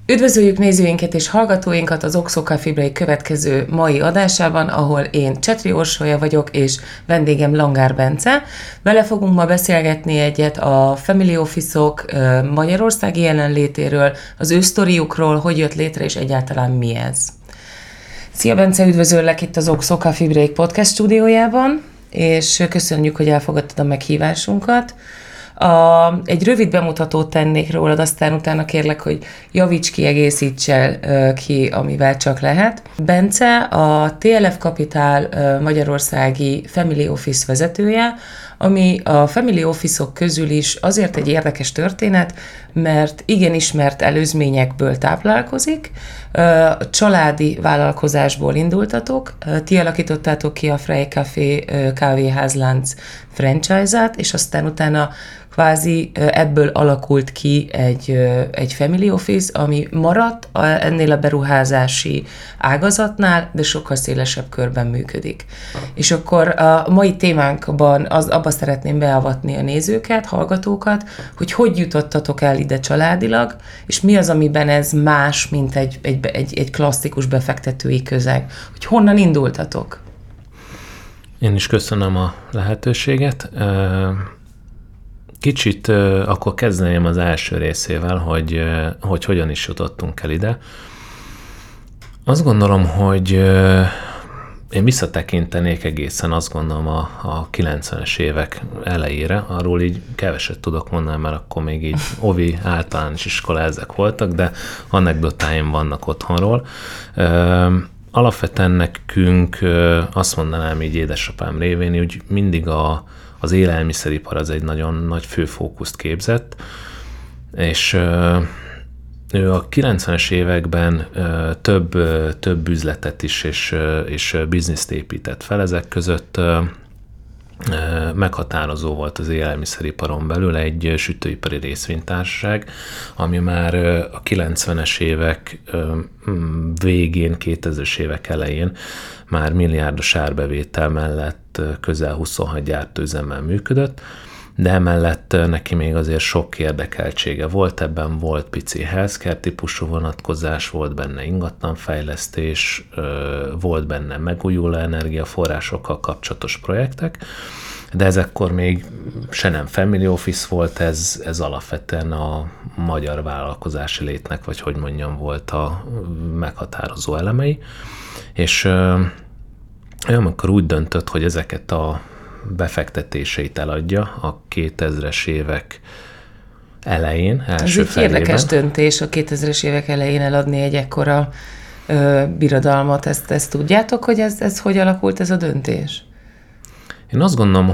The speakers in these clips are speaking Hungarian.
Üdvözöljük nézőinket és hallgatóinkat az Oxo Coffee Break következő mai adásában, ahol én Csetri Orsolya vagyok, és vendégem Langár Bence. Vele fogunk ma beszélgetni egyet a Family Office-ok magyarországi jelenlétéről, az ő sztoriukról, hogy jött létre, és egyáltalán mi ez. Szia Bence, üdvözöllek itt az Oxo Coffee Break podcast stúdiójában, és köszönjük, hogy elfogadtad a meghívásunkat. Egy rövid bemutatót tennék rólad, aztán utána kérlek, hogy javíts ki, egészíts el ki, amivel csak lehet. Bence a TLF Capital magyarországi Family Office vezetője, ami a Family Office-ok közül is azért egy érdekes történet, mert igen ismert előzményekből táplálkozik, családi vállalkozásból indultatok, ti alakítottátok ki a Frey Café kávéházlánc franchise-át, és aztán utána kvázi ebből alakult ki egy Family Office, ami maradt ennél a beruházási ágazatnál, de sokkal szélesebb körben működik. És akkor a mai témánkban abba szeretném beavatni a nézőket, hallgatókat, hogy jutottatok el ide családilag, és mi az, amiben ez más, mint egy klasszikus befektetői közeg. Hogy honnan indultatok? Én is köszönöm a lehetőséget. Kicsit akkor kezdeném az első részével, hogy hogyan is jutottunk el ide. Azt gondolom, hogy én visszatekintenék egészen, azt gondolom a 90-es évek elejére, arról így keveset tudok mondani, mert akkor még így ovi általános iskolázek voltak, de anekdotáim vannak otthonról. Alapvetően nekünk azt mondanám így édesapám révén, hogy mindig az élelmiszeripar az egy nagyon nagy főfókuszt képzett, és ő a 90-es években több üzletet is és bizniszt épített fel, ezek között meghatározó volt az élelmiszeriparon belül egy sütőipari részvénytársaság, ami már a 90-es évek végén, 2000-es évek elején már milliárdos árbevétel mellett közel 26 gyártóüzemmel működött, de emellett neki még azért sok érdekeltsége volt, ebben volt pici healthcare típusú vonatkozás, volt benne ingatlanfejlesztés, volt benne megújuló energiaforrásokkal kapcsolatos projektek, de ez ekkor még se nem Family Office volt, ez alapvetően a magyar vállalkozási létnek, vagy hogy mondjam, volt a meghatározó elemei, és amikor úgy döntött, hogy ezeket a befektetéseit eladja a 2000-es évek elején, első felében. Ez egy érdekes döntés a 2000-es évek elején eladni egy ekkora birodalmat. Ezt tudjátok, hogy ez hogy alakult ez a döntés? Én azt gondolom,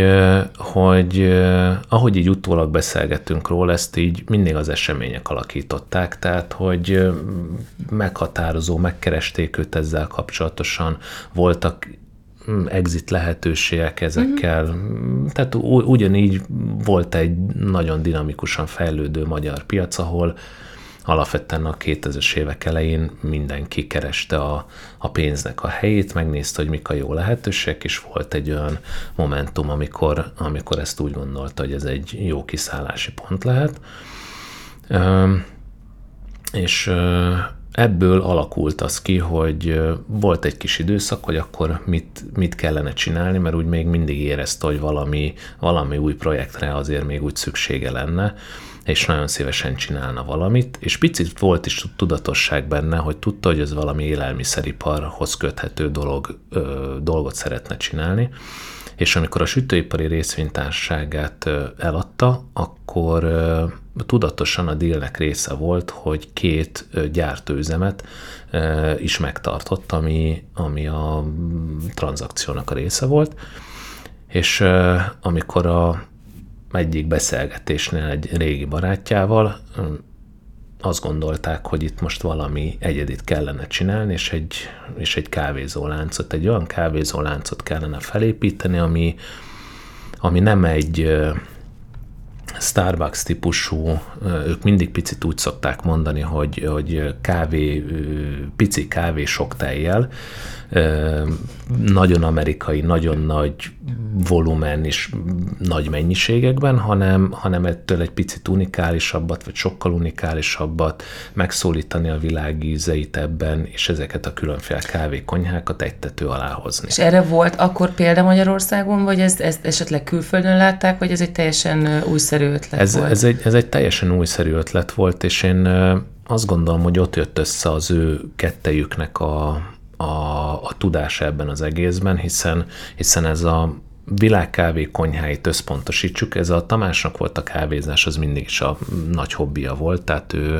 hogy ahogy így utólag beszélgettünk róla, ezt így mindig az események alakították, tehát hogy meghatározó, megkeresték őt ezzel kapcsolatosan, voltak exit lehetőségek ezekkel, tehát ugyanígy volt egy nagyon dinamikusan fejlődő magyar piac, ahol alapvetően a 2000-es évek elején mindenki kereste a pénznek a helyét, megnézte, hogy mik a jó lehetőségek, és volt egy olyan momentum, amikor ezt úgy gondolta, hogy ez egy jó kiszállási pont lehet. És ebből alakult az ki, hogy volt egy kis időszak, hogy akkor mit kellene csinálni, mert úgy még mindig érezte, hogy valami új projektre azért még úgy szüksége lenne, és nagyon szívesen csinálna valamit, és picit volt is tudatosság benne, hogy tudta, hogy ez valami élelmiszeriparhoz köthető dolgot szeretne csinálni, és amikor a sütőipari részvénytársaságát eladta, akkor tudatosan a dealnek része volt, hogy 2 gyártóüzemet is megtartott, ami a tranzakciónak a része volt, és amikor egyik beszélgetésnél egy régi barátjával azt gondolták, hogy itt most valami egyedit kellene csinálni, és egy kávézóláncot, egy olyan kávézóláncot kellene felépíteni, ami nem egy Starbucks típusú, ők mindig picit úgy szokták mondani, hogy pici kávé sok tejjel, nagyon amerikai, nagyon nagy volumen és nagy mennyiségekben, hanem ettől egy picit unikálisabbat, vagy sokkal unikálisabbat, megszólítani a világ ízeit ebben, és ezeket a különféle kávékonyhákat egy tető alá hozni. És erre volt akkor példa Magyarországon, vagy ezt esetleg külföldön látták, vagy ez egy teljesen újszerű ötlet volt? Ez egy teljesen újszerű ötlet volt, és én azt gondolom, hogy ott jött össze az ő kettejüknek a tudása ebben az egészben, hiszen ez a világ kávékonyháit összpontosítsuk, ez a Tamásnak volt a kávézás, az mindig is a nagy hobbija volt, tehát ő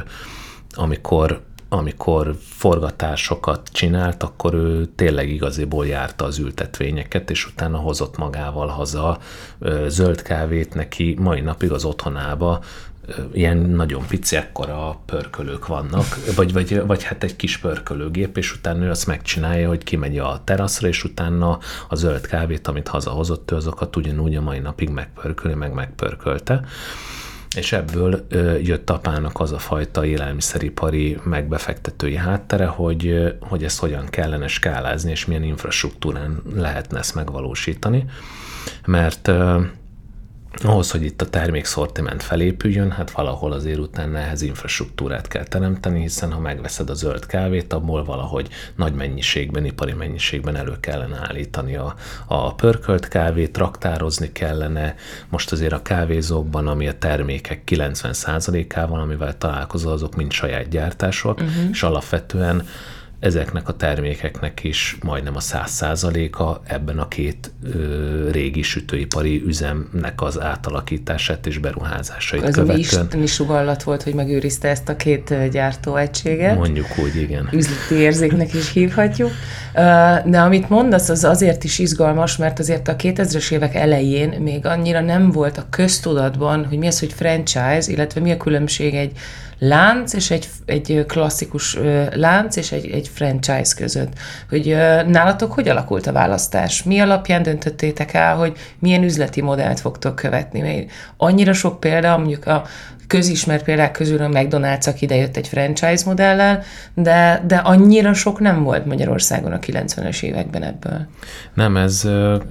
amikor forgatásokat csinált, akkor ő tényleg igaziból járta az ültetvényeket, és utána hozott magával haza zöld kávét neki mai napig az otthonába, ilyen nagyon pici, ekkora pörkölők vannak, vagy hát egy kis pörkölőgép, és utána ő azt megcsinálja, hogy kimegy a teraszra, és utána a zöld kávét, amit hazahozott, ő azokat ugyanúgy a mai napig megpörköli, megpörkölte. És ebből jött apának az a fajta élelmiszeripari megbefektetői háttere, hogy ezt hogyan kellene skálázni, és milyen infrastruktúrán lehetne ezt megvalósítani. Mert ahhoz, hogy itt a termékszortiment felépüljön, hát valahol azért utána ehhez infrastruktúrát kell teremteni, hiszen ha megveszed a zöld kávét, abból valahogy nagy mennyiségben, ipari mennyiségben elő kellene állítani a pörkölt kávét, raktározni kellene. Most azért a kávézókban, ami a termékek 90%-ával, amivel találkozol, azok mind saját gyártások, és alapvetően ezeknek a termékeknek is majdnem a 100%-a ebben a két régi sütőipari üzemnek az átalakítását és beruházásait követően. Ez mi sugallat volt, hogy megőrizte ezt a két gyártóegységet. Mondjuk úgy, igen. Üzleti érzéknek is hívhatjuk. De amit mondasz, az azért is izgalmas, mert azért a 2000-es évek elején még annyira nem volt a köztudatban, hogy mi az, hogy franchise, illetve mi a különbség egy lánc és egy klasszikus lánc és egy franchise között. Hogy nálatok hogy alakult a választás? Mi alapján döntöttétek el, hogy milyen üzleti modellt fogtok követni? Mert annyira sok példa, mondjuk a közismert példák közül a McDonald's, aki idejött egy franchise modellel, de annyira sok nem volt Magyarországon a 90-es években ebből. Nem, ez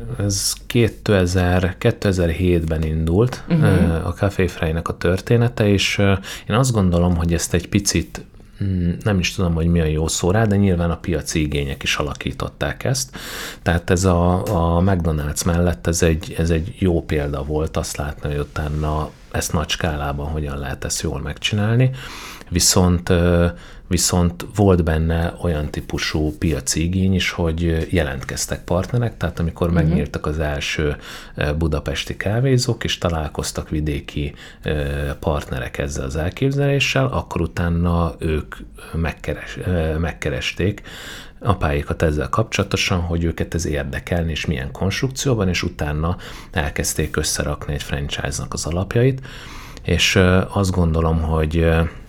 2007-ben indult a Café Frey-nek a története, és én azt gondolom, hogy ezt egy picit nem is tudom, hogy mi a jó szó rá, de nyilván a piaci igények is alakították ezt. Tehát ez a McDonald's mellett ez egy jó példa volt, azt látni, hogy utána ezt nagy skálában hogyan lehet ezt jól megcsinálni. Viszont volt benne olyan típusú piaci igény is, hogy jelentkeztek partnerek, tehát amikor megnyíltak az első budapesti kávézók, és találkoztak vidéki partnerek ezzel az elképzeléssel, akkor utána ők megkeresték apáikat ezzel kapcsolatosan, hogy őket ez érdekelni, és milyen konstrukcióban, és utána elkezdték összerakni egy franchise-nak az alapjait, és azt gondolom, hogy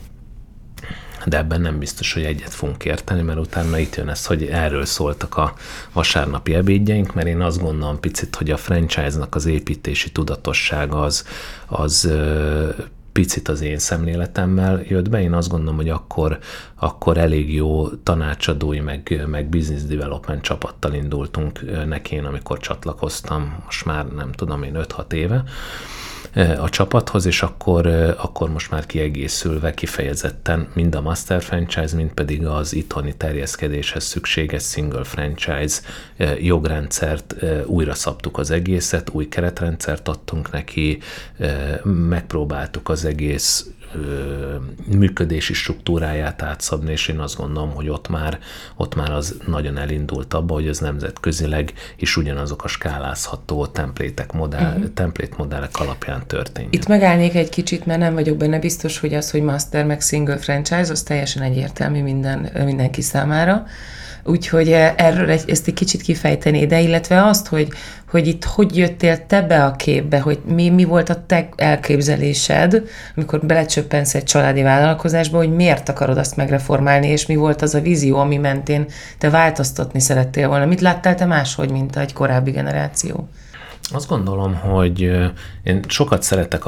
de ebben nem biztos, hogy egyet fogunk érteni, mert utána itt jön ez, hogy erről szóltak a vasárnapi ebédjeink, mert én azt gondolom picit, hogy a franchise-nak az építési tudatossága az picit az én szemléletemmel jött be. Én azt gondolom, hogy akkor elég jó tanácsadói, meg business development csapattal indultunk neki, én amikor csatlakoztam, most már nem tudom én 5-6 éve a csapathoz, és akkor most már kiegészülve kifejezetten mind a master franchise, mind pedig az itthoni terjeszkedéshez szükséges single franchise jogrendszert újra szabtuk az egészet, új keretrendszert adtunk neki, megpróbáltuk az egész működési struktúráját átszabni, és én azt gondolom, hogy ott már az nagyon elindult abba, hogy az nemzetközileg is ugyanazok a skálázható template modellek alapján történjen. Itt megállnék egy kicsit, mert nem vagyok benne biztos, hogy az, hogy master meg single franchise, az teljesen egyértelmű mindenki számára. Úgyhogy erről ezt egy kicsit kifejteni, de illetve azt, hogy itt hogy jöttél te be a képbe, hogy mi volt a te elképzelésed, amikor belecsöppensz egy családi vállalkozásba, hogy miért akarod azt megreformálni, és mi volt az a vízió, ami mentén te változtatni szerettél volna. Mit láttál te máshogy, mint egy korábbi generáció? Azt gondolom, hogy én sokat szeretek a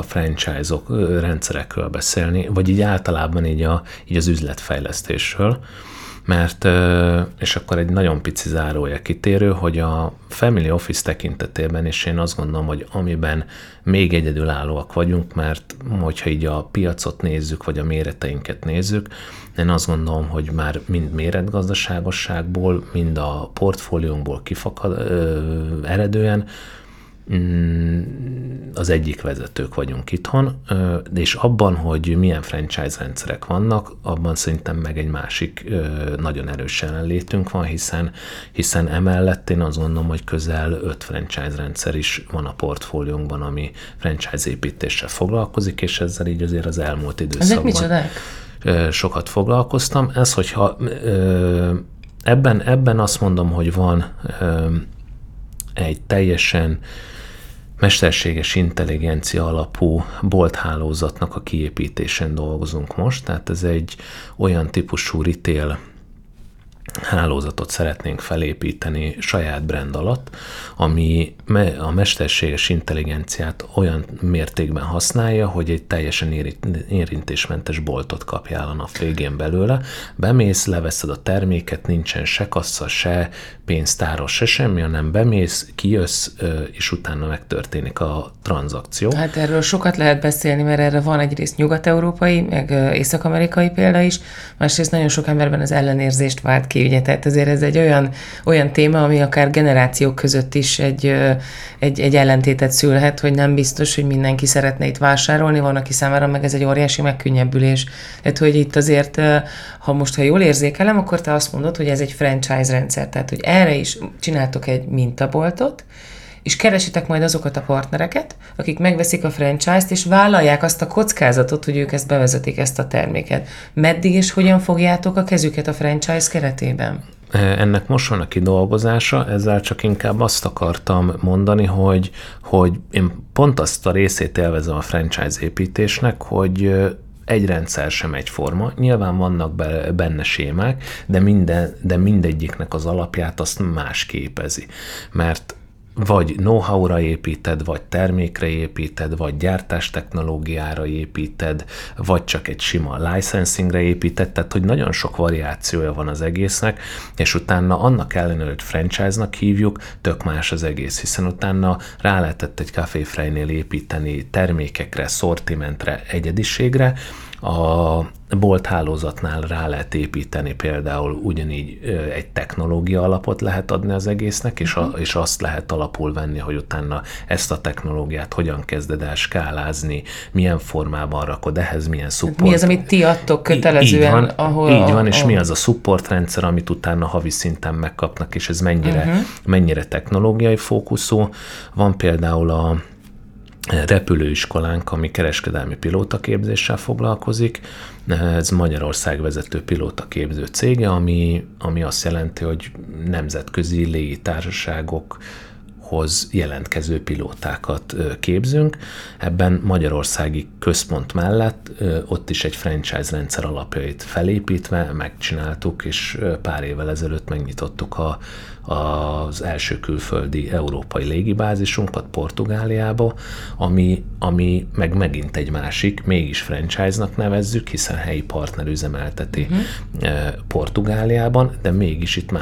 franchise-ok rendszerekről beszélni, vagy így általában így az üzletfejlesztésről, mert, és akkor egy nagyon pici zárója kitérő, hogy a family office tekintetében, és én azt gondolom, hogy amiben még egyedülállóak vagyunk, mert hogyha így a piacot nézzük, vagy a méreteinket nézzük, én azt gondolom, hogy már mind méretgazdaságosságból, mind a portfóliónkból eredően az egyik vezetők vagyunk itthon, és abban, hogy milyen franchise rendszerek vannak, abban szerintem meg egy másik nagyon erős jelenlétünk van, hiszen emellett én azt gondolom, hogy közel 5 franchise rendszer is van a portfóliónkban, ami franchise építéssel foglalkozik, és ezzel így azért az elmúlt időszakban sokat foglalkoztam. Ez, hogyha ebben azt mondom, hogy van egy teljesen mesterséges intelligencia alapú bolthálózatnak a kiépítésén dolgozunk most, tehát ez egy olyan típusú retail hálózatot szeretnénk felépíteni saját brand alatt, ami a mesterséges intelligenciát olyan mértékben használja, hogy egy teljesen érintésmentes boltot kapjál a nap végén belőle. Bemész, leveszed a terméket, nincsen se kassa, se pénztáros, se semmi, hanem bemész, kijössz, és utána megtörténik a tranzakció. Hát erről sokat lehet beszélni, mert erre van egyrészt nyugat-európai, meg észak-amerikai példa is, másrészt nagyon sok emberben az ellenérzést vált ki, ugye, tehát azért ez egy olyan téma, ami akár generációk között is egy ellentétet szülhet, hogy nem biztos, hogy mindenki szeretne itt vásárolni, van, aki számára meg ez egy óriási megkönnyebbülés. Tehát, hogy itt azért, ha jól érzékelem, akkor te azt mondod, hogy ez egy franchise rendszer, tehát, hogy erre is csináltok egy mintaboltot, és keresitek majd azokat a partnereket, akik megveszik a franchise-t, és vállalják azt a kockázatot, hogy ők ezt bevezetik, ezt a terméket. Meddig és hogyan fogjátok a kezüket a franchise keretében? Ennek most van a kidolgozása, ezzel csak inkább azt akartam mondani, hogy én pont azt a részét élvezem a franchise építésnek, hogy egy rendszer sem egyforma. Nyilván vannak benne sémák, de mindegyiknek az alapját azt más képezi. Mert vagy know-how-ra építed, vagy termékre építed, vagy gyártástechnológiára építed, vagy csak egy sima licensingre építed, tehát hogy nagyon sok variációja van az egésznek, és utána annak ellenőre, hogy franchise-nak hívjuk, tök más az egész, hiszen utána rá lehetett egy Café Freynél építeni termékekre, szortimentre, egyediségre, a bolthálózatnál rá lehet építeni például ugyanígy egy technológia alapot lehet adni az egésznek, és azt lehet alapul venni, hogy utána ezt a technológiát hogyan kezded el skálázni, milyen formában rakod, ehhez milyen support. Mi az, amit ti adtok kötelezően? Így van, és mi az a support rendszer, amit utána havi szinten megkapnak, és ez mennyire technológiai fókuszú. Van például a repülőiskolánk, ami kereskedelmi pilótaképzéssel foglalkozik. Ez Magyarország vezető pilótaképző cége, ami azt jelenti, hogy nemzetközi légitársaságokhoz jelentkező pilótákat képzünk. Ebben magyarországi központ mellett ott is egy franchise rendszer alapjait felépítve megcsináltuk, és pár évvel ezelőtt megnyitottuk az első külföldi európai légibázisunkat Portugáliába, ami meg megint egy másik, mégis franchise-nak nevezzük, hiszen helyi partner üzemelteti Portugáliában, de mégis itt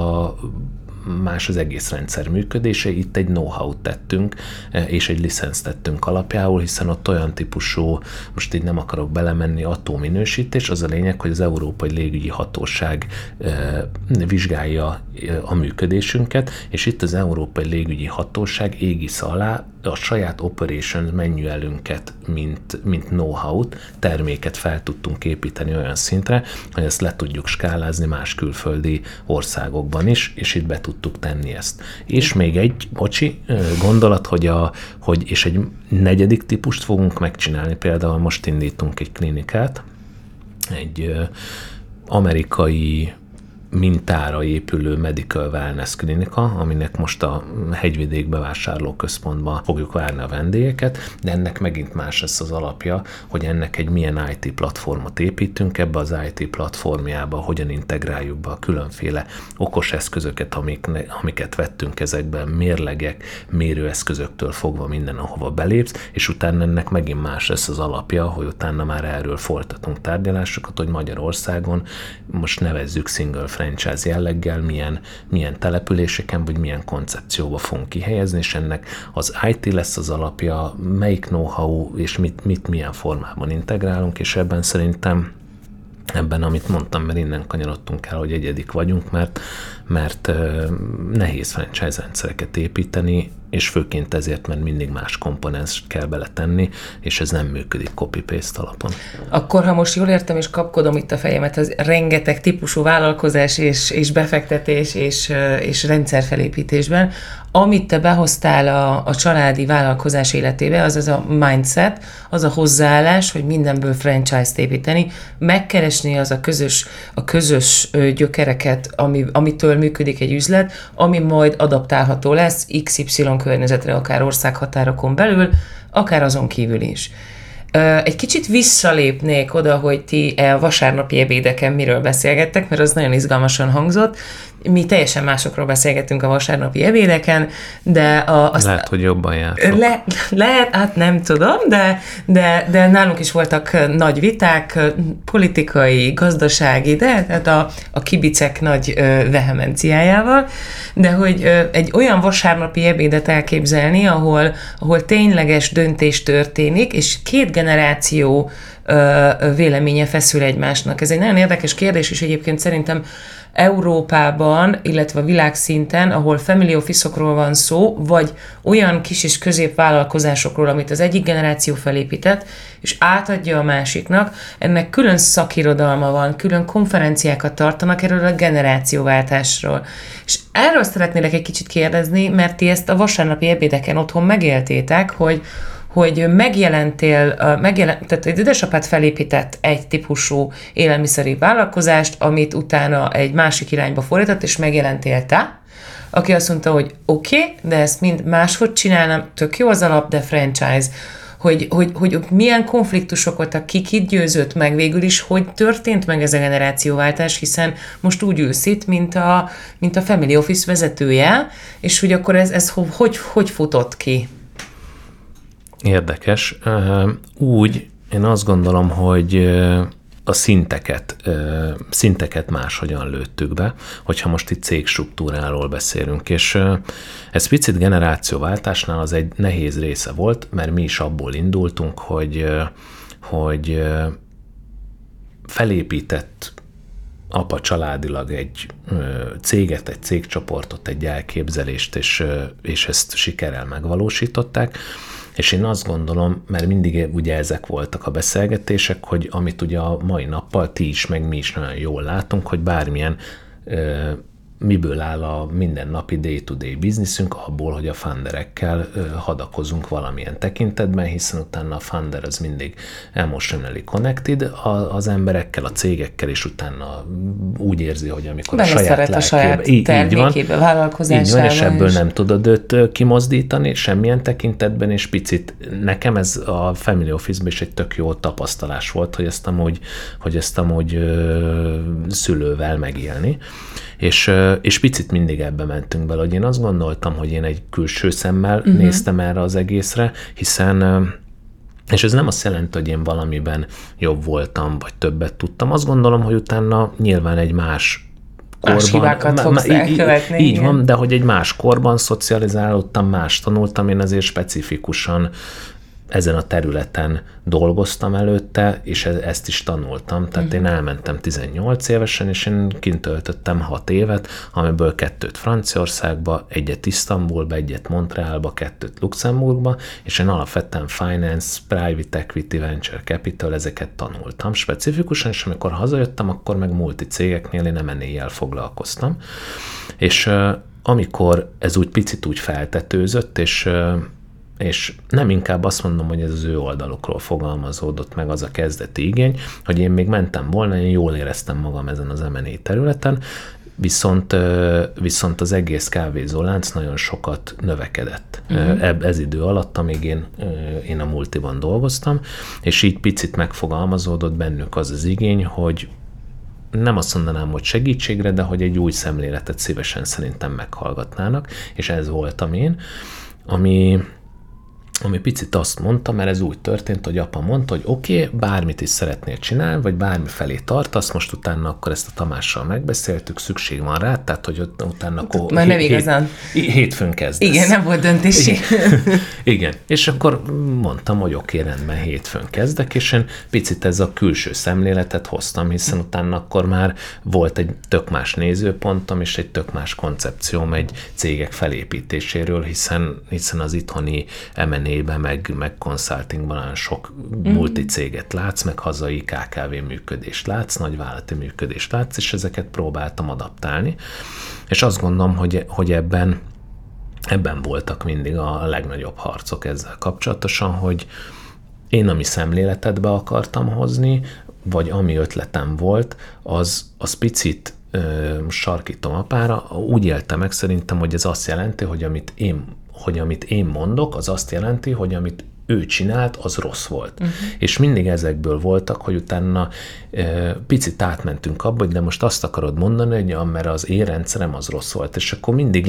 más az egész rendszer működése, itt egy know-how-t tettünk, és egy licenszt tettünk alapjául, hiszen ott olyan típusú, most így nem akarok belemenni, minősítés, az a lényeg, hogy az Európai Légügyi Hatóság vizsgálja a működésünket, és itt az Európai Légügyi Hatóság égisze alá a saját operations manualünket, mint know-how-t, terméket fel tudtunk építeni olyan szintre, hogy ezt le tudjuk skálázni más külföldi országokban is, és itt be tudtuk tenni ezt. És még egy, gondolat, és egy negyedik típust fogunk megcsinálni, például most indítunk egy klinikát, egy amerikai mintára épülő medical wellness klinika, aminek most a Hegyvidék bevásárlóközpontban fogjuk várni a vendégeket, de ennek megint más lesz az alapja, hogy ennek egy milyen IT platformot építünk, ebbe az IT platformjába hogyan integráljuk be a különféle okos eszközöket, amiket vettünk ezekben, mérlegek, mérőeszközöktől fogva minden, ahova belépsz, és utána ennek megint más lesz az alapja, hogy utána már erről folytatunk tárgyalásokat, hogy Magyarországon most nevezzük single franchise jelleggel, milyen településeken, vagy milyen koncepcióba fogunk kihelyezni, és ennek az IT lesz az alapja, melyik know-how, és mit milyen formában integrálunk, és ebben szerintem amit mondtam, mert innen kanyarodtunk el, hogy egyedik vagyunk, mert nehéz franchise rendszereket építeni, és főként ezért, mert mindig más komponenst kell beletenni, és ez nem működik copy-paste alapon. Akkor, ha most jól értem, és kapkodom itt a fejemet, az rengeteg típusú vállalkozás és befektetés és rendszerfelépítésben, amit te behoztál a családi vállalkozás életébe, az a mindset, az a hozzáállás, hogy mindenből franchise-t építeni, megkeresni az a közös gyökereket, amitől működik egy üzlet, ami majd adaptálható lesz XY környezetre, akár országhatárokon belül, akár azon kívül is. Egy kicsit visszalépnék oda, hogy ti vasárnapi ebédeken miről beszélgettek, mert az nagyon izgalmasan hangzott. Mi teljesen másokról beszélgettünk a vasárnapi ebédeken, de... Lehet, hogy jobban jártok. Lehet, hát nem tudom, de nálunk is voltak nagy viták, politikai, gazdasági, de tehát a kibicek nagy vehemenciájával, de hogy egy olyan vasárnapi ebédet elképzelni, ahol tényleges döntés történik, és két generáció véleménye feszül egymásnak. Ez egy nagyon érdekes kérdés, és egyébként szerintem Európában, illetve a világszinten, ahol family office-okról van szó, vagy olyan kis és középvállalkozásokról, amit az egyik generáció felépített, és átadja a másiknak, ennek külön szakirodalma van, külön konferenciákat tartanak erről a generációváltásról. És erről szeretnélek egy kicsit kérdezni, mert ti ezt a vasárnapi ebédeken otthon megéltétek, hogy tehát egy édesapád felépített egy típusú élelmiszeri vállalkozást, amit utána egy másik irányba fordított, és megjelentél te, aki azt mondta, hogy oké, de ezt mind máshogy csinálnám, tök jó az alap, de franchise. Hogy milyen konfliktusok voltak, kit győzött meg végül is, hogy történt meg ez a generációváltás, hiszen most úgy ülsz itt, mint a family office vezetője, és hogy akkor ez hogy futott ki? Érdekes. Úgy, én azt gondolom, hogy a szinteket máshogyan lőttük be, hogyha most itt cégstruktúráról beszélünk, és ez picit generációváltásnál az egy nehéz része volt, mert mi is abból indultunk, hogy felépített apa családilag egy céget, egy cégcsoportot, egy elképzelést, és ezt sikerrel megvalósították. És én azt gondolom, mert mindig ugye ezek voltak a beszélgetések, hogy amit ugye a mai nappal ti is, meg mi is nagyon jól látunk, hogy bármilyen miből áll a mindennapi day-to-day bizniszünk, abból, hogy a funderekkel hadakozunk valamilyen tekintetben, hiszen utána a funder az mindig emotionally connected az emberekkel, a cégekkel, és utána úgy érzi, hogy amikor a saját termékébe, vállalkozásában. Így van, és ebből nem tudod őt kimozdítani semmilyen tekintetben, és picit nekem ez a family office-ben is egy tök jó tapasztalás volt, hogy ezt amúgy szülővel megélni. És picit mindig ebbe mentünk bele, hogy én azt gondoltam, hogy én egy külső szemmel néztem erre az egészre, hiszen, és ez nem azt jelenti, hogy én valamiben jobb voltam, vagy többet tudtam. Azt gondolom, hogy utána nyilván egy más hibákat fogsz elkövetni. Így van, de hogy egy más korban szocializálódtam, más tanultam, én azért specifikusan ezen a területen dolgoztam előtte, és ezt is tanultam. Tehát én elmentem 18 évesen, és én kint töltöttem 6 évet, amiből 2 Franciaországba, 1 Isztambulba, 1 Montrealba, 2 Luxemburgba, és én alapvetően finance, private equity, venture capital, ezeket tanultam specifikusan, és amikor hazajöttem, akkor meg multicégeknél én M&A-jel foglalkoztam. És amikor ez úgy picit úgy feltetőzött, és nem inkább azt mondom, hogy ez az ő oldalukról fogalmazódott meg az a kezdeti igény, hogy én még mentem volna, én jól éreztem magam ezen az M&A területen, viszont az egész kávézólánc nagyon sokat növekedett. Ez idő alatt, amíg én a multiban dolgoztam, és így picit megfogalmazódott bennük az igény, hogy nem azt mondanám, hogy segítségre, de hogy egy új szemléletet szívesen szerintem meghallgatnának, és ez voltam én, ami picit azt mondta, mert ez úgy történt, hogy apa mondta, hogy oké, bármit is szeretnél csinálni, vagy bármi felé tartasz, most utána akkor ezt a Tamással megbeszéltük, szükség van rá, tehát hogy utána már nem igazán. Hétfőn kezdesz. Igen, nem volt döntési. Igen, és akkor mondtam, hogy oké, rendben, hétfőn kezdek, és én picit ez a külső szemléletet hoztam, hiszen utána akkor már volt egy tök más nézőpontom, és egy tök más koncepcióm egy cégek felépítéséről, hiszen az itthoni M&A-ben, meg consultingban olyan sok multicéget látsz, meg hazai KKV működést látsz, nagyvállalati működést látsz, és ezeket próbáltam adaptálni. És azt gondolom, hogy ebben voltak mindig a legnagyobb harcok ezzel kapcsolatosan, hogy én ami szemléletedbe akartam hozni, vagy ami ötletem volt, az picit sarkítom apára, úgy éltem meg szerintem, hogy ez azt jelenti, hogy amit én mondok, az azt jelenti, hogy amit ő csinált, az rossz volt. És mindig ezekből voltak, hogy utána picit átmentünk abba, hogy de most azt akarod mondani, hogy mert az én rendszerem az rossz volt. És akkor mindig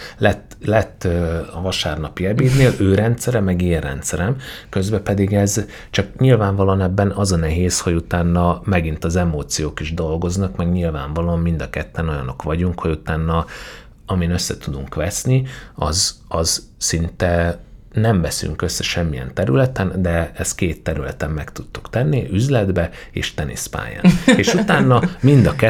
lett a vasárnapi ebédnél ő rendszere, meg én rendszerem. Közben pedig ez csak nyilvánvalóan ebben az a nehéz, hogy utána megint az emóciók is dolgoznak, meg nyilvánvalóan mind a ketten olyanok vagyunk, hogy utána amin össze tudunk veszni, az szinte nem veszünk össze semmilyen területen, de ezt 2 területen meg tudtuk tenni, üzletbe és teniszpályán. És utána mind a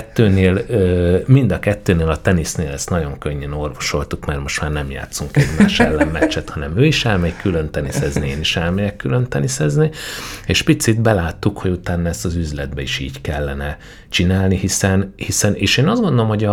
kettőnél a tenisznél ezt nagyon könnyen orvosoltuk, mert most már nem játszunk egymás ellen meccset, hanem ő is elmegy külön teniszezni, én is elmegyek külön teniszezni, és picit beláttuk, hogy utána ezt az üzletbe is így kellene csinálni, hiszen és én azt gondolom, hogy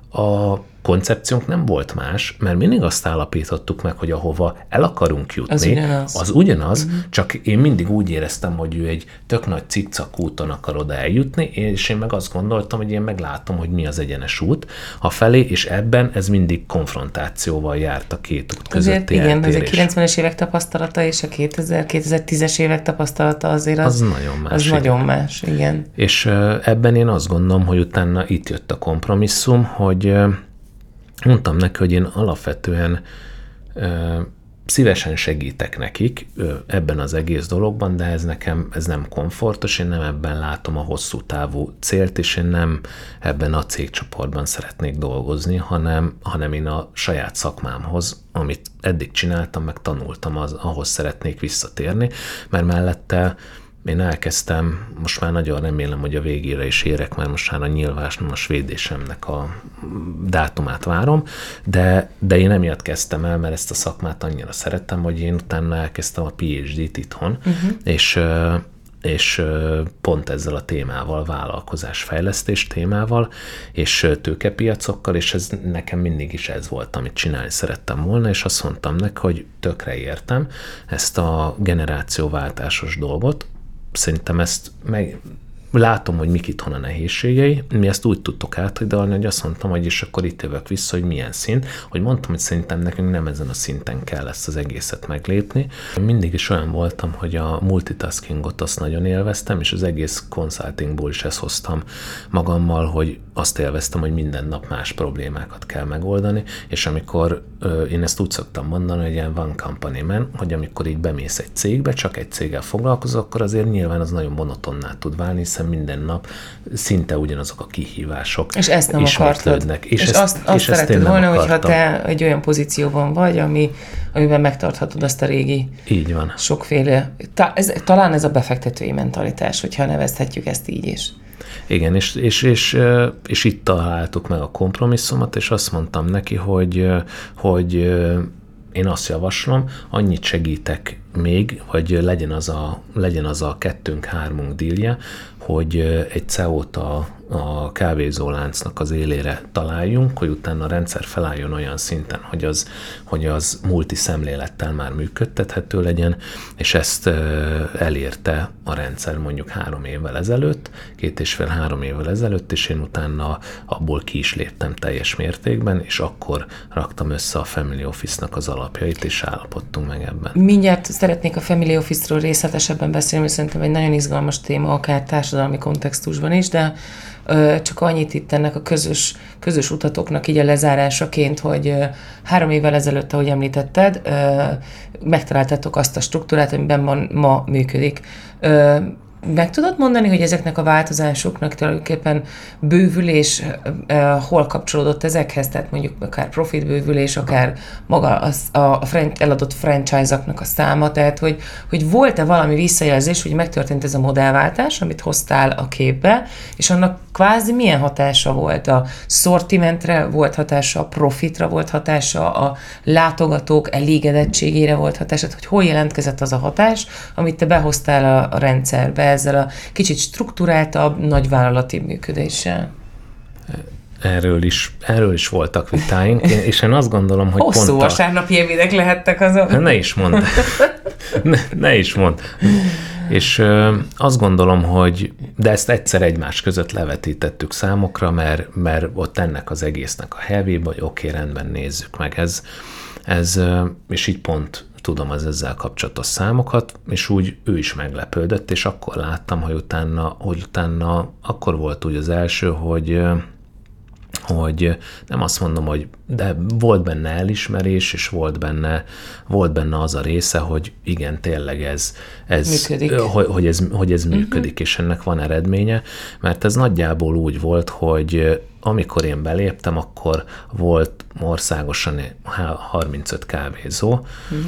a koncepciónk nem volt más, mert mindig azt állapítottuk meg, hogy ahova el akarunk jutni, az ugyanaz, csak én mindig úgy éreztem, hogy ő egy tök nagy cikcak úton akar oda eljutni, és én meg azt gondoltam, hogy én meglátom, hogy mi az egyenes út afelé, és ebben ez mindig konfrontációval járt a 2 út közötti eltérés. Igen, az a 90-es évek tapasztalata és a 2010-es évek tapasztalata azért az nagyon más, igen. És ebben én azt gondolom, hogy utána itt jött a kompromisszum, hogy mondtam neki, hogy én alapvetően szívesen segítek nekik ebben az egész dologban, de ez nem komfortos, én nem ebben látom a hosszú távú célt, és én nem ebben a cégcsoportban szeretnék dolgozni, hanem én a saját szakmámhoz, amit eddig csináltam, meg tanultam, ahhoz szeretnék visszatérni, mert mellette én elkezdtem, most már nagyon remélem, hogy a végére is érek, mert most már a nyilvános védésemnek a dátumát várom, de én emiatt kezdtem el, mert ezt a szakmát annyira szerettem, hogy én utána elkezdtem a PhD-t itthon, és pont ezzel a témával, vállalkozásfejlesztés témával, és tőkepiacokkal, és ez nekem mindig is ez volt, amit csinálni szerettem volna, és azt mondtam neki, hogy tökre értem ezt a generációváltásos dolgot. Szerintem ezt látom, hogy mik itthon a nehézségei, mi ezt úgy tudtuk áthidalni, hogy azt mondtam, hogy és akkor itt jövök vissza, hogy milyen szint, hogy mondtam, hogy szerintem nekünk nem ezen a szinten kell ezt az egészet meglépni. Mindig is olyan voltam, hogy a multitaskingot azt nagyon élveztem, és az egész consultingból is ezt hoztam magammal, hogy azt élveztem, hogy minden nap más problémákat kell megoldani, és amikor én ezt úgy szoktam mondani, hogy ilyen one company man, hogy amikor így bemész egy cégbe, csak egy céggel foglalkozol, akkor azért nyilván az nagyon monotonná tud válni, hiszen minden nap szinte ugyanazok a kihívások. És ezt nem akartad. És azt szeretted volna, hogyha te egy olyan pozícióban vagy, amiben megtarthatod azt a régi így van. Sokféle. Talán ez a befektetői mentalitás, hogyha nevezhetjük ezt így is. Igen, és itt találtuk meg a kompromisszumot, és azt mondtam neki, hogy én azt javaslom, annyit segítek még, hogy legyen az a 2-3 dílje, hogy egy CEO-t a kávézóláncnak az élére találjunk, hogy utána a rendszer felálljon olyan szinten, hogy az multiszemlélettel már működtethető legyen, és ezt elérte a rendszer mondjuk 3 évvel ezelőtt, 2,5-3 évvel ezelőtt, és én utána abból ki is léptem teljes mértékben, és akkor raktam össze a Family Office-nak az alapjait, és állapodtunk meg ebben. Mindjárt szeretnék a Family Office-ról részletesebben beszélni, mert szerintem egy nagyon izgalmas téma, akár társadalmi kontextusban is, de csak annyit itt ennek a közös utatoknak így a lezárásaként, hogy 3 évvel ezelőtt, ahogy említetted, megtaláltátok azt a struktúrát, amiben ma működik. Meg tudod mondani, hogy ezeknek a változásoknak tulajdonképpen bővülés hol kapcsolódott ezekhez, tehát mondjuk akár profitbővülés, akár maga a eladott franchise-oknak a száma, tehát hogy volt-e valami visszajelzés, hogy megtörtént ez a modellváltás, amit hoztál a képbe, és annak kvázi milyen hatása volt? A szortimentre volt hatása, a profitra volt hatása, a látogatók elégedettségére volt hatása, hogy hol jelentkezett az a hatás, amit te behoztál a rendszerbe ezzel a kicsit strukturáltabb, nagyvállalati működéssel? Erről is voltak vitáink, és én azt gondolom, hogy hosszú vasárnapi ebédek lehettek azon. Ne is mondd. Ne is mondd. És azt gondolom, hogy de ezt egyszer egymás között levetítettük számokra, mert ott ennek az egésznek a hevébe, hogy oké, rendben, nézzük meg ez és így pont tudom az ezzel kapcsolatos számokat, és úgy ő is meglepődött, és akkor láttam, hogy utána akkor volt úgy az első, hogy nem azt mondom, hogy de volt benne elismerés, és volt benne az a része, hogy igen, tényleg ez hogy ez működik, és ennek van eredménye, mert ez nagyjából úgy volt, hogy amikor én beléptem, akkor volt országosan 35 kávézó,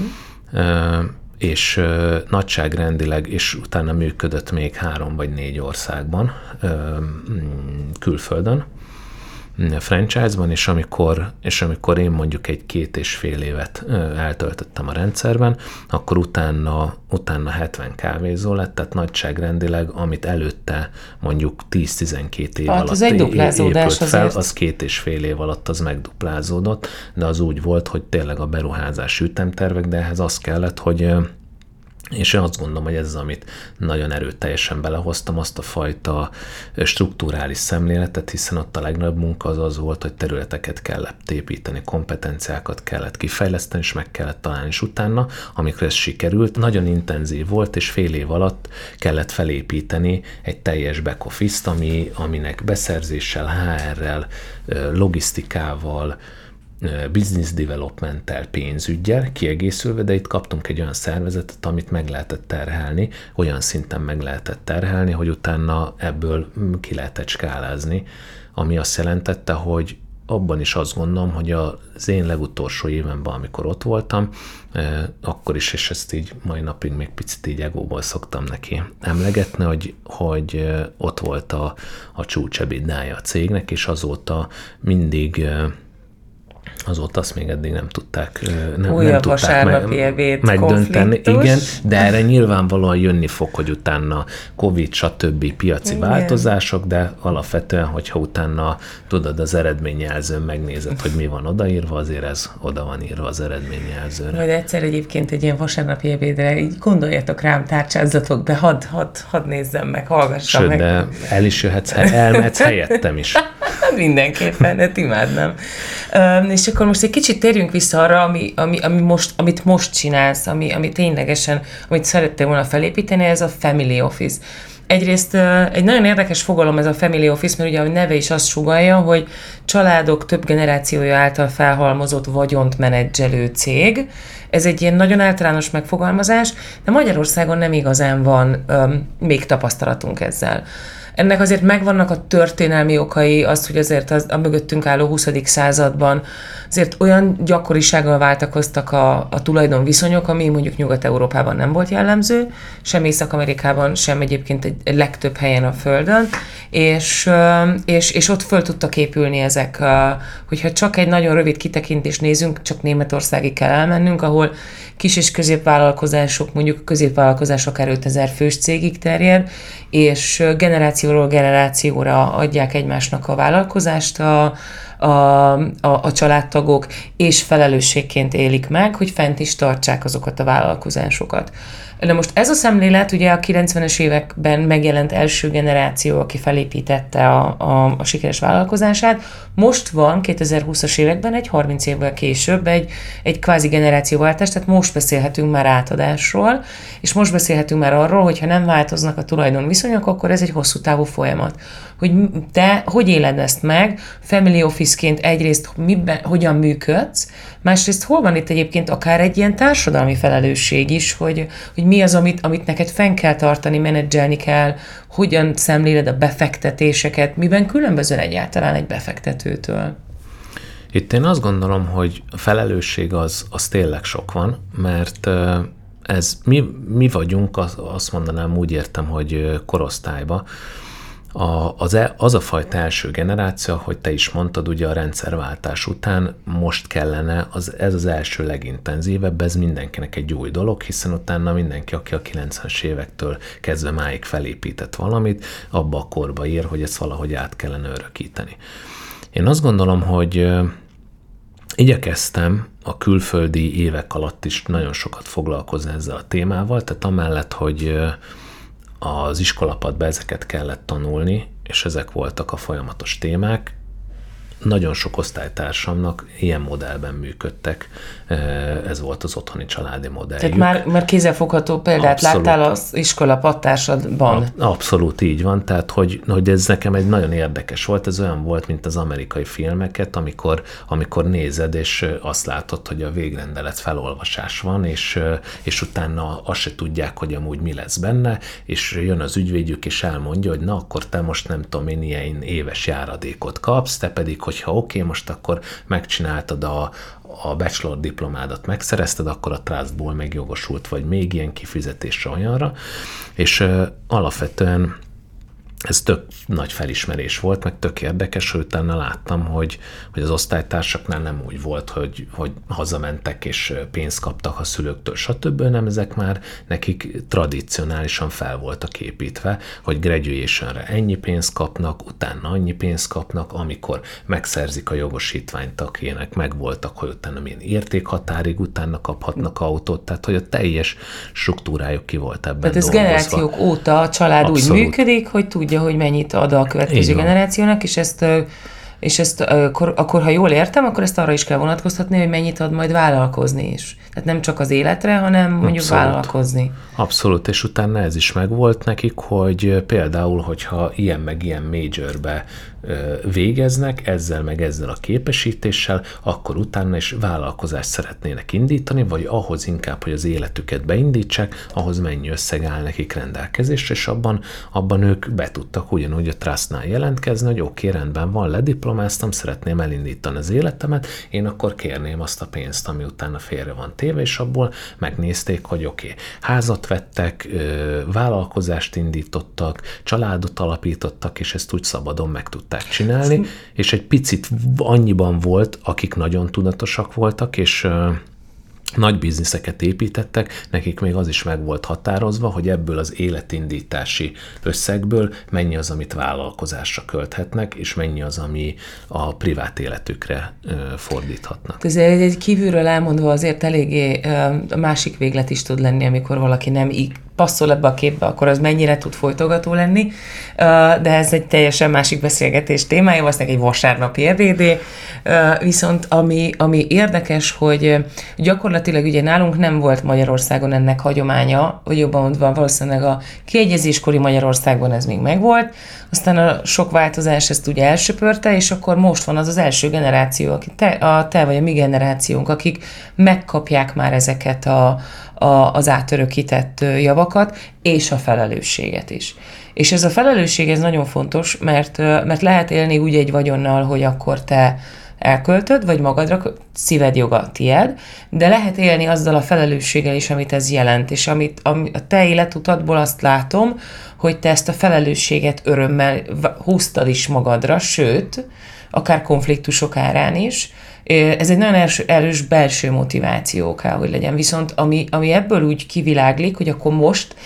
és nagyságrendileg, és utána működött még 3 vagy 4 országban, külföldön, franchise-ban, és amikor én mondjuk egy 2,5 évet eltöltöttem a rendszerben, akkor utána 70 kávézó lett, tehát nagyságrendileg, amit előtte mondjuk 10-12 év alatt épült fel, az 2,5 év alatt az megduplázódott, de az úgy volt, hogy tényleg a beruházási ütemtervek, de ehhez az kellett, hogy és én azt gondolom, hogy ez az, amit nagyon erőteljesen belehoztam, azt a fajta strukturális szemléletet, hiszen ott a legnagyobb munka az volt, hogy területeket kellett építeni, kompetenciákat kellett kifejleszteni, és meg kellett találni, és utána, amikor ez sikerült, nagyon intenzív volt, és fél év alatt kellett felépíteni egy teljes back office-t, aminek beszerzéssel, HR-rel, logisztikával, business development-tel, pénzüggyel kiegészülve, de itt kaptunk egy olyan szervezetet, amit meg lehetett terhelni, olyan szinten meg lehetett terhelni, hogy utána ebből ki lehetett skálázni, ami azt jelentette, hogy abban is azt gondolom, hogy az én legutolsó évenben, amikor ott voltam, akkor is, és ezt így mai napig még picit így egóból szoktam neki emlegetni, hogy ott volt a csúcsebéddája a cégnek, és azóta mindig azóta azt még eddig nem tudták megdönteni. Igen, de erre nyilvánvalóan jönni fog, hogy utána Covid, stb. Piaci változások, de alapvetően, hogyha utána tudod az eredményjelzőn megnézed, hogy mi van odaírva, azért ez oda van írva az eredményjelzőre. Majd egyszer egyébként egy ilyen vasárnapi ebédre, így gondoljatok rám, tárcsázzatok be, hadd nézzem meg, hallgassam meg. De el is jöhetsz, elmehetsz helyettem is. Mindenképpen, hát imádnám. És akkor most egy kicsit térjünk vissza arra, amit most csinálsz, ami ténylegesen, amit szerettél volna felépíteni, ez a Family Office. Egyrészt egy nagyon érdekes fogalom ez a Family Office, mert ugye a neve is azt sugallja, hogy családok több generációja által felhalmozott vagyont menedzselő cég. Ez egy ilyen nagyon általános megfogalmazás, de Magyarországon nem igazán van még tapasztalatunk ezzel. Ennek azért megvannak a történelmi okai, az, hogy azért a mögöttünk álló 20. században azért olyan gyakorisággal váltakoztak a tulajdonviszonyok, ami mondjuk Nyugat-Európában nem volt jellemző, sem Észak-Amerikában, sem egyébként egy legtöbb helyen a Földön, és ott föl tudtak épülni ezek, hogyha csak egy nagyon rövid kitekintést nézünk, csak Németországig kell elmennünk, ahol kis és középvállalkozások, mondjuk középvállalkozás akár 5000 fős cégig terjed, és generáció generációról generációra adják egymásnak a vállalkozást a családtagok, és felelősségként élik meg, hogy fent is tartsák azokat a vállalkozásokat. De most ez a szemlélet ugye a 90-es években megjelent első generáció, aki felépítette a sikeres vállalkozását. Most van 2020-as években, egy 30 évvel később egy kvázi generációváltás, tehát most beszélhetünk már átadásról, és most beszélhetünk már arról, hogy ha nem változnak a tulajdonviszonyok, akkor ez egy hosszú távú folyamat. Hogy te hogy éled ezt meg, family office-ként egyrészt hogyan működsz, másrészt hol van itt egyébként akár egy ilyen társadalmi felelősség is, hogy mi az, amit neked fenn kell tartani, menedzselni kell, hogyan szemléled a befektetéseket, miben különböző egyáltalán egy befektetőtől? Itt én azt gondolom, hogy a felelősség az tényleg sok van, mert mi vagyunk, azt mondanám, úgy értem, hogy korosztályba, az a fajta első generáció, hogy te is mondtad, ugye a rendszerváltás után most kellene, ez az első legintenzívebb, ez mindenkinek egy új dolog, hiszen utána mindenki, aki a 90-es évektől kezdve máig felépített valamit, abba a korba ír, hogy ezt valahogy át kellene örökíteni. Én azt gondolom, hogy igyekeztem a külföldi évek alatt is nagyon sokat foglalkozni ezzel a témával, tehát amellett, hogy az iskolapadba ezeket kellett tanulni, és ezek voltak a folyamatos témák. Nagyon sok osztálytársamnak ilyen modellben működtek, ez volt az otthoni családi modelljük. Tehát már kézzelfogható példát abszolút láttál az iskola padtársadban. Abszolút így van, tehát hogy ez nekem egy nagyon érdekes volt, ez olyan volt, mint az amerikai filmeket, amikor nézed, és azt látod, hogy a végrendelet felolvasás van, és utána azt se tudják, hogy amúgy mi lesz benne, és jön az ügyvédjük, és elmondja, hogy na, akkor te most nem tudom én ilyen éves járadékot kapsz, te pedig, hogyha oké, most akkor megcsináltad a bachelor diplomádat, megszerezted, akkor a trustból megjogosult vagy még ilyen kifizetésre olyanra, és alapvetően ez tök nagy felismerés volt, meg tök érdekes, hogy utána láttam, hogy az osztálytársaknál nem úgy volt, hogy hazamentek és pénzt kaptak a szülőktől, stb., nem, ezek már nekik tradicionálisan fel voltak építve, hogy graduationre ennyi pénzt kapnak, utána annyi pénzt kapnak, amikor megszerzik a jogosítványt, akinek megvoltak, hogy utána milyen értékhatárig utána kaphatnak autót, tehát hogy a teljes struktúrájuk ki volt ebben tehát ez dolgozva. Generációk óta a család abszolút úgy működik, hogy tudja, hogy mennyit ad a következő generációnak, és ezt akkor, ha jól értem, akkor ezt arra is kell vonatkoztatni, hogy mennyit ad majd vállalkozni is. Tehát nem csak az életre, hanem mondjuk abszolút vállalkozni. Abszolút, és utána ez is megvolt nekik, hogy például, hogyha ilyen meg ilyen majorbe végeznek, ezzel meg ezzel a képesítéssel, akkor utána is vállalkozást szeretnének indítani, vagy ahhoz inkább, hogy az életüket beindítsák, ahhoz mennyi összeg áll nekik rendelkezésre, és abban ők be tudtak ugyanúgy a trustnál jelentkezni, hogy oké, rendben van, lediplomáztam, szeretném elindítani az életemet, én akkor kérném azt a pénzt, ami utána félre van téve, és abból megnézték, hogy oké, házat vettek, vállalkozást indítottak, családot alapítottak, és ezt úgy szabadon meg tudták csinálni, és egy picit annyiban volt, akik nagyon tudatosak voltak, és nagy bizniszeket építettek, nekik még az is meg volt határozva, hogy ebből az életindítási összegből mennyi az, amit vállalkozásra költhetnek, és mennyi az, ami a privát életükre fordíthatnak. Ez egy kívülről elmondva azért eléggé a másik véglet is tud lenni, amikor valaki nem így passzol ebbe a képbe, akkor az mennyire tud folytogató lenni, de ez egy teljesen másik beszélgetés témája, valószínűleg egy vasárnapi ebéd. Viszont ami érdekes, hogy gyakorlatilag ugye nálunk nem volt Magyarországon ennek hagyománya, vagy jobban mondva valószínűleg a kiegyezéskori Magyarországban ez még megvolt, aztán a sok változás ezt ugye elsöpörte, és akkor most van az első generáció, aki te vagy a mi generációnk, akik megkapják már ezeket az átörökített javakat, és a felelősséget is. És ez a felelősség, ez nagyon fontos, mert lehet élni úgy egy vagyonnal, hogy akkor te elköltöd, vagy magadra, szíved joga tied, de lehet élni azzal a felelősséggel is, amit ez jelent, és a te életutadból azt látom, hogy te ezt a felelősséget örömmel húztad is magadra, sőt, akár konfliktusok árán is. Ez egy nagyon erős belső motiváció kell, hogy legyen. Viszont ami ebből úgy kiviláglik, hogy akkor most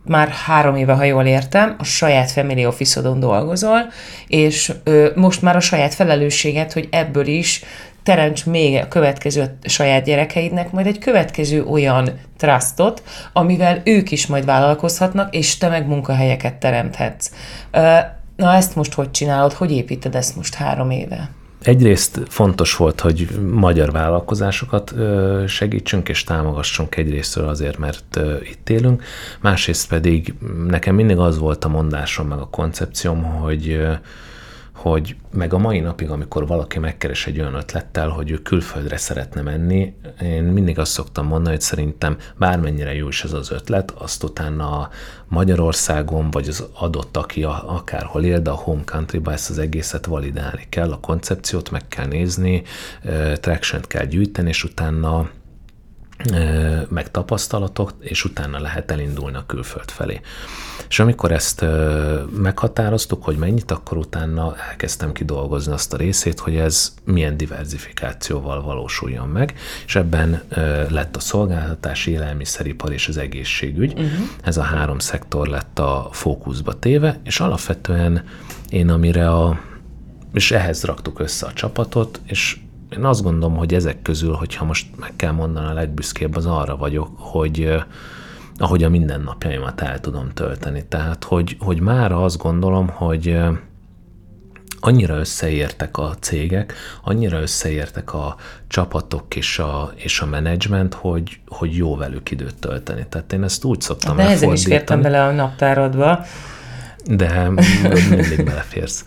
már 3 éve, ha jól értem, a saját family office-odon dolgozol, és most már a saját felelősséget, hogy ebből is teremts még a következő saját gyerekeidnek majd egy következő olyan trustot, amivel ők is majd vállalkozhatnak, és te meg munkahelyeket teremthetsz. Na ezt most hogy csinálod? Hogy építed ezt most 3 éve? Egyrészt fontos volt, hogy magyar vállalkozásokat segítsünk és támogassunk egyrésztről azért, mert itt élünk, másrészt pedig nekem mindig az volt a mondásom, meg a koncepcióm, hogy meg a mai napig, amikor valaki megkeres egy olyan ötlettel, hogy ő külföldre szeretne menni, én mindig azt szoktam mondani, hogy szerintem bármennyire jó is ez az ötlet, azt utána Magyarországon, vagy az adott, aki akárhol él, de a home countryba ezt az egészet validálni kell, a koncepciót meg kell nézni, traction-t kell gyűjteni, és utána meg tapasztalatok, és utána lehet elindulni a külföld felé. És amikor ezt meghatároztuk, hogy mennyit, akkor utána elkezdtem kidolgozni azt a részét, hogy ez milyen diverzifikációval valósuljon meg, és ebben lett a szolgáltatás, élelmiszeripar és az egészségügy. Ez a 3 szektor lett a fókuszba téve, és alapvetően én és ehhez raktuk össze a csapatot, és én azt gondolom, hogy ezek közül, hogyha most meg kell mondani, a legbüszkébb az arra vagyok, hogy ahogy a mindennapjaimat el tudom tölteni. Tehát, hogy mára azt gondolom, hogy annyira összeértek a cégek, annyira összeértek a csapatok és a menedzsment, hogy jó velük időt tölteni. Tehát én ezt úgy szoktam elfordítani. De ezen is fértem bele a naptárodba. De mindig beleférsz.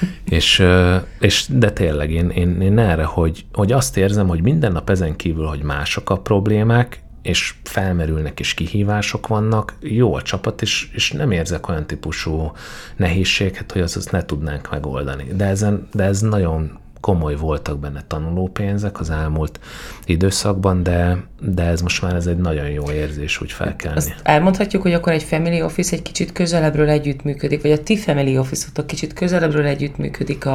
De tényleg én erre, hogy azt érzem, hogy minden nap ezen kívül, hogy mások a problémák, és felmerülnek, és kihívások vannak, jó a csapat, és nem érzek olyan típusú nehézséget, hogy azt ne tudnánk megoldani. De ez nagyon komoly voltak benne tanulópénzek az elmúlt időszakban, de ez most már egy nagyon jó érzés úgy felkelni. Azt elmondhatjuk, hogy akkor egy family office egy kicsit közelebbről együttműködik, vagy a ti family office-otok kicsit közelebbről együttműködik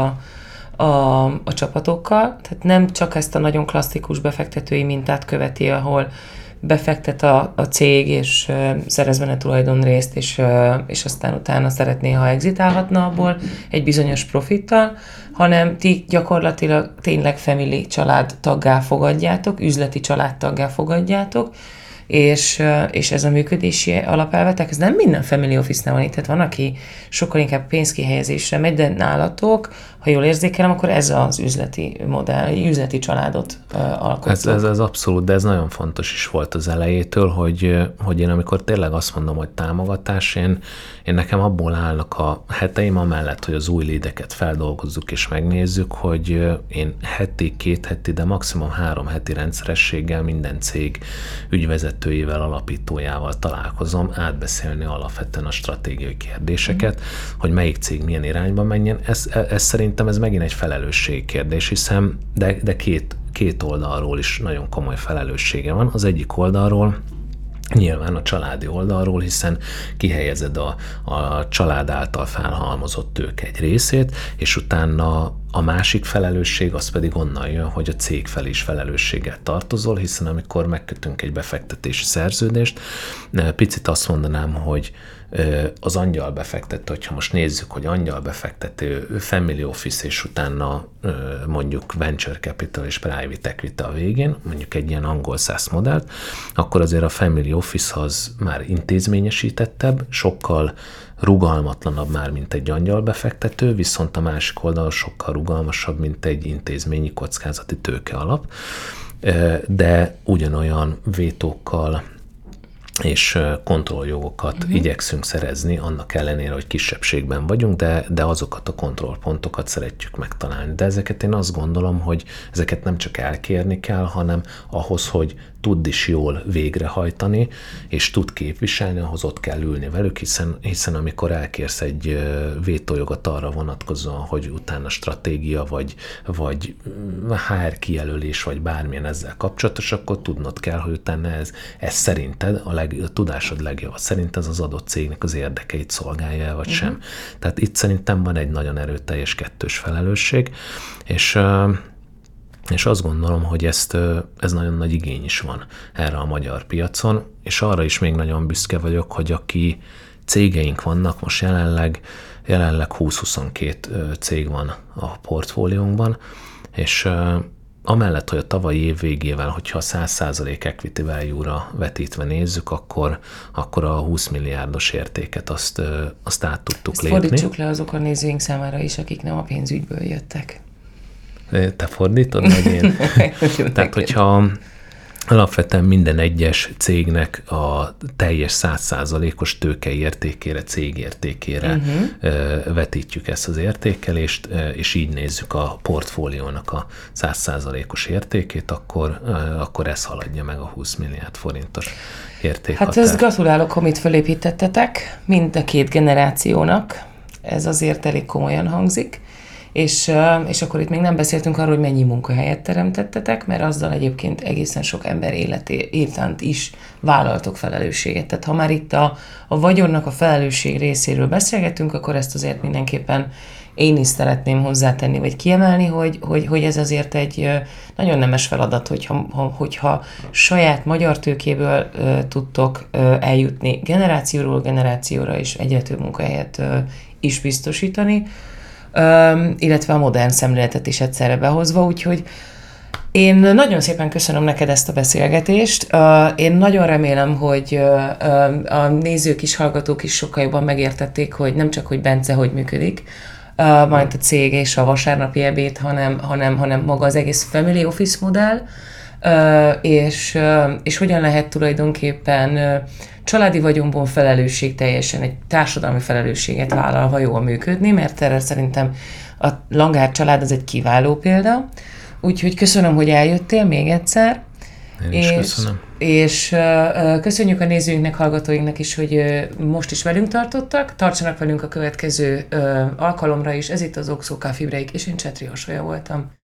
a csapatokkal, tehát nem csak ezt a nagyon klasszikus befektetői mintát követi, ahol befektet a cég, és szerez benne tulajdonrészt, és aztán utána szeretné, ha exitálhatna abból egy bizonyos profittal, hanem ti gyakorlatilag tényleg family családtaggá fogadjátok, üzleti családtaggá fogadjátok, és ez a működési alapelvetek, ez nem minden family office-nál van itt, tehát van, aki sokkal inkább pénzkihelyezésre megy, de nálatok, ha jól érzékelem, akkor ez az üzleti modell, üzleti családot alkottok. Ez abszolút, de ez nagyon fontos is volt az elejétől, hogy én amikor tényleg azt mondom, hogy támogatás, én nekem abból állnak a heteim, amellett, hogy az új leadeket feldolgozzuk és megnézzük, hogy én heti, 2 heti, de maximum 3 heti rendszerességgel minden cég ügyvezetőjével, alapítójával találkozom, átbeszélni alapvetően a stratégiai kérdéseket, hogy melyik cég milyen irányba menjen. Ez szerintem ez megint egy felelősségkérdés, hiszen de két oldalról is nagyon komoly felelőssége van. Az egyik oldalról nyilván a családi oldalról, hiszen kihelyezed a család által felhalmozott tőke egy részét, és utána a másik felelősség az pedig onnan jön, hogy a cég felé is felelősséggel tartozol, hiszen amikor megkötünk egy befektetési szerződést, picit azt mondanám, hogy az angyalbefektető, hogyha most nézzük, hogy angyalbefektető, family office, és utána mondjuk venture capital és private equity a végén, mondjuk egy ilyen angol száz modellt, akkor azért a family office az már intézményesítettebb, sokkal rugalmatlanabb már, mint egy angyalbefektető, viszont a másik oldal sokkal rugalmasabb, mint egy intézményi kockázati tőke alap, de ugyanolyan vétókkal és kontrolljogokat igyekszünk szerezni, annak ellenére, hogy kisebbségben vagyunk, de azokat a kontrollpontokat szeretjük megtalálni. De ezeket én azt gondolom, hogy ezeket nem csak elkérni kell, hanem ahhoz, hogy tudd is jól végrehajtani, és tud képviselni, ahhoz ott kell ülni velük, hiszen amikor elkérsz egy vétójogot arra vonatkozóan, hogy utána stratégia, vagy HR kijelölés, vagy bármilyen ezzel kapcsolatos, akkor tudnod kell, hogy utána ez szerinted a tudásod legjobb. Szerint ez az adott cégnek az érdekeit szolgálja, vagy sem. Tehát itt szerintem van egy nagyon erőteljes kettős felelősség, és És azt gondolom, hogy ez nagyon nagy igény is van erre a magyar piacon, és arra is még nagyon büszke vagyok, hogy aki cégeink vannak, most jelenleg 20-22 cég van a portfóliónkban, és amellett, hogy a tavalyi év végével, hogyha a 100% equity value-ra vetítve nézzük, akkor a 20 milliárdos értéket azt át tudtuk lépni. Fordítsuk le azok a nézőink számára is, akik nem a pénzügyből jöttek. Te fordítod, vagy én? Tehát, hogyha alapvetően minden egyes cégnek a teljes 100%-os tőkei értékére, cégértékére vetítjük ezt az értékelést, és így nézzük a portfóliónak a 100%-os értékét, akkor ez haladja meg a 20 milliárd forintos értékhatárt. Hát ezt gratulálok, amit fölépítettetek mind a két generációnak. Ez azért elég komolyan hangzik. És akkor itt még nem beszéltünk arról, hogy mennyi munkahelyet teremtettetek, mert azzal egyébként egészen sok ember életánt is vállaltok felelősséget. Tehát ha már itt a vagyonnak a felelősség részéről beszélgetünk, akkor ezt azért mindenképpen én is szeretném hozzátenni, vagy kiemelni, hogy ez azért egy nagyon nemes feladat, hogyha saját magyar tőkéből tudtok eljutni generációról generációra, és egyre több munkahelyet is biztosítani, illetve a modern szemléletet is egyszerre behozva, úgyhogy én nagyon szépen köszönöm neked ezt a beszélgetést. Én nagyon remélem, hogy a nézők is, hallgatók is sokkal jobban megértették, hogy nem csak, hogy Bence hogy működik, majd a cég és a vasárnapi ebéd, hanem maga az egész family office modell, és hogyan lehet tulajdonképpen családi vagyonból teljesen egy társadalmi felelősséget vállalva jól működni, mert erre szerintem a Langár család az egy kiváló példa. Úgyhogy köszönöm, hogy eljöttél még egyszer. Én is köszönöm. És köszönjük a nézőinknek, hallgatóinknak is, hogy most is velünk tartottak. Tartsanak velünk a következő alkalomra is. Ez itt az Oxo Coffee Break, és én Csetri Orsolya voltam.